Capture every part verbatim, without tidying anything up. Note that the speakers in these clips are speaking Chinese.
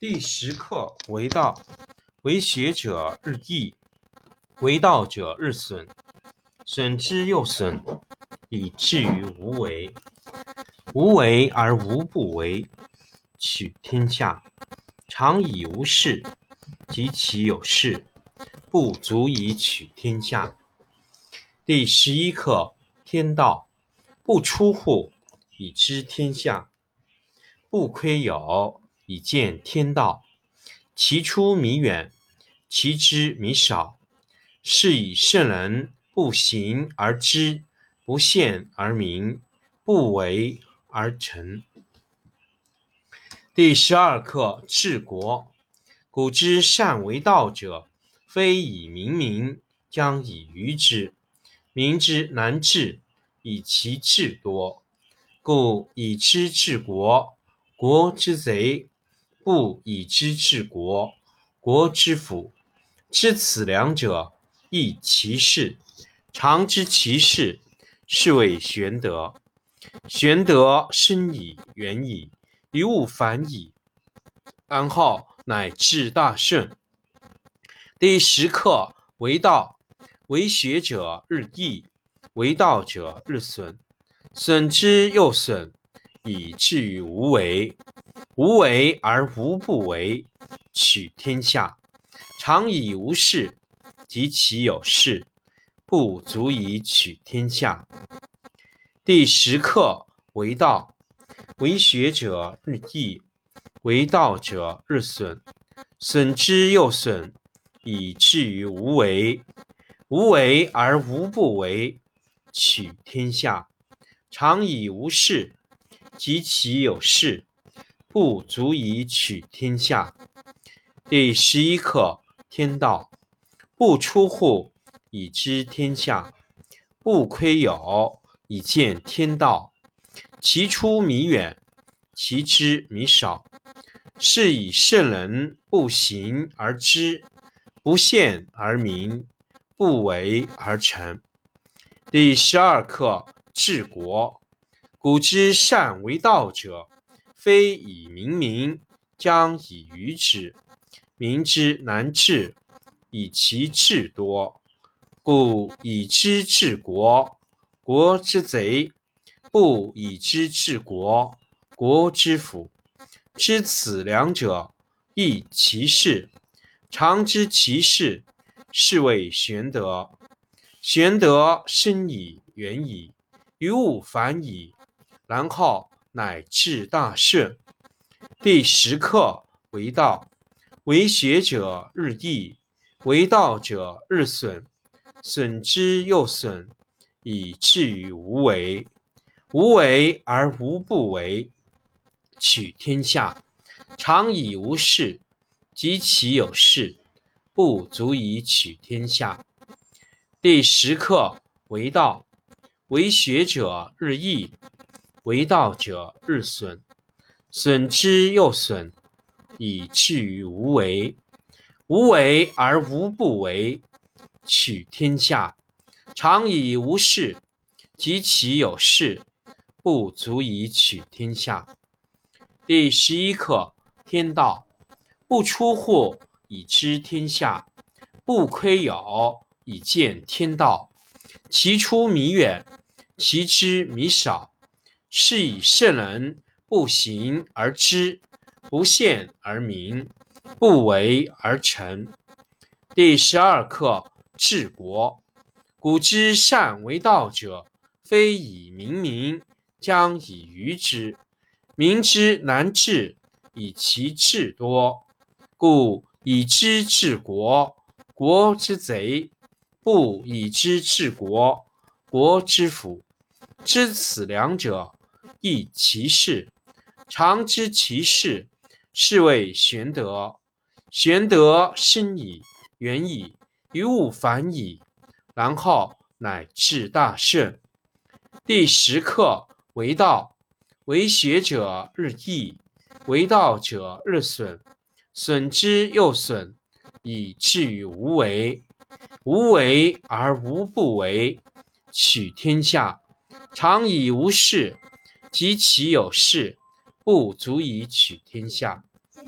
第十课为道，为学者日益，为道者日损，损之又损，以至于无为。无为而无不为，取天下常以无事，及其有事，不足以取天下。第十一课天道，不出户，以知天下；不窥有，以见天道。其出弥远，其知弥少。是以圣人不行而知，不见而明，不为而成。第十二课治国。古之善为道者，非以明民，将以愚之。民之难治，以其智多。故以知治国，国之贼；不以知治国，国之福。知此两者，亦其事。常知其事，是谓玄德。玄德深矣，远矣，于物反矣，然后乃至大顺。第十课为道，为学者日益，为道者日损，损之又损，以至于无为。无为而无不为，取天下常以无事，及其有事，不足以取天下。第十课为道，为学者日益，为道者日损，损之又损，以至于无为。无为而无不为，取天下常以无事，及其有事，不足以取天下。第十一课天道，不出户，以知天下；不窥有，以见天道。其出弥远，其知弥少。是以圣人不行而知，不见而明，不为而成。第十二课治国。古之善为道者，非以明民，将以愚之。民之难治，以其智多。故以知治国，国之贼；不以知治国，国之福。知此两者，亦其事。常知其事，是谓玄德。玄德深矣，远矣，于物反矣，然后乃至大顺。第十课为道，为学者日益，为道者日损，损之又损，以至于无为。无为而无不为，取天下常以无事，及其有事，不足以取天下。第十课为道，为学者日益，为道者日损，损之又损，以至于无为。无为而无不为，取天下常以无事，及其有事，不足以取天下。第十一课天道，不出户，以知天下；不窥有，以见天道。其出弥远，其知弥少。是以圣人不行而知，不见而明，不为而成。第十二课治国。古之善为道者，非以明民，将以愚之。民之难治，以其智多。故以知治国，国之贼；不以知治国，国之福。知此两者，亦其事。常知其事，是谓玄德。玄德深矣，远矣，于物反矣，然后乃至大顺。第十课为道，为学者日益，为道者日损，损之又损，以至于无为。无为而无不为，取天下常以无事，及其有事，不足以取天下。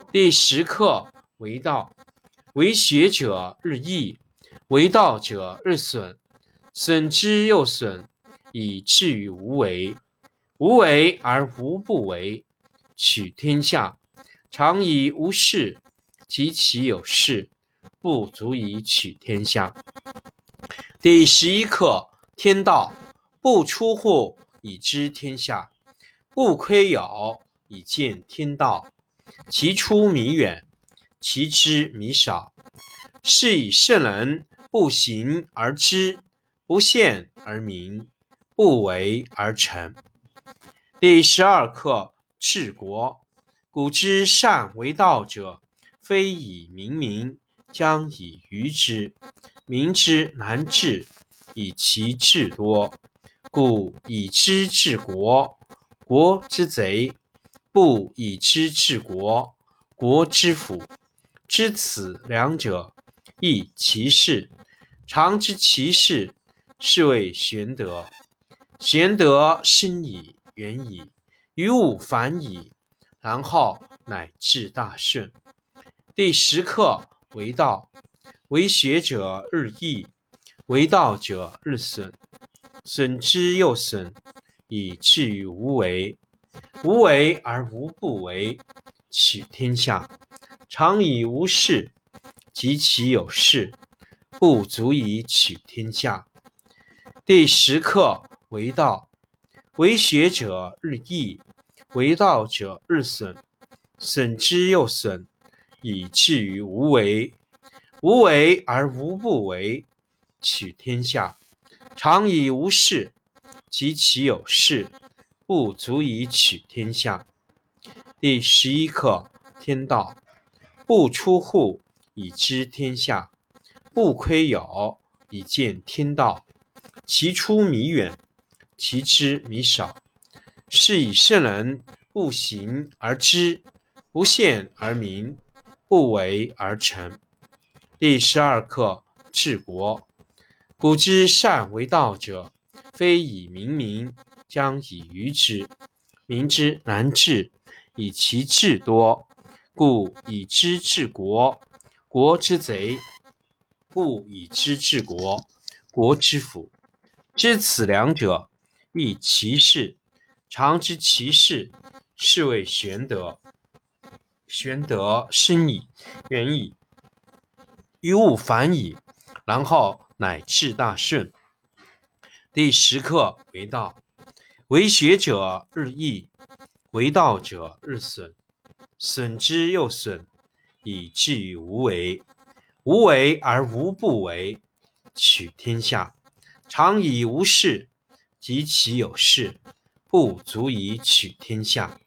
第十课为道，为学者日益，为道者日损，损之又损，以至于无为。无为而无不为，取天下常以无事，及其有事，不足以取天下。第十一课天道，不出户以知天下，不窥牖以见天道。其出弥远，其知弥少。是以圣人不行而知，不见而明，不为而成。第十二课治国。古之善为道者，非以明民，将以愚之。民之难治，以其智多。故以知治国，国之贼；不以知治国，国之福。知此两者，亦其事。常知其事，是谓玄德。玄德深矣，远矣，于物反矣，然后乃至大顺。第十课为道，为学者日益，为道者日损，损之又损，以至于无为。无为而无不为，取天下常以无事，及其有事，不足以取天下。第十课为道，为学者日益，为道者日损，损之又损，以至于无为。无为而无不为，取天下常以无事，及其有事，不足以取天下。第十一课天道，不出户以知天下，不窥牖以见天道。其出弥远，其知弥少。是以圣人不行而知，不见而明，不为而成。第十二课治国。古之善为道者，非以明民，将以愚之。民之难治，以其智多。故以知治国，国之贼；不以知治国，国之福。知此两者，亦其事。常知其事，是谓玄德。玄德深矣，远矣，于物反矣，然后乃至大顺。第十课为道，为学者日益，为道者日损，损之又损，以至于无为。无为而无不为，取天下常以无事，及其有事，不足以取天下。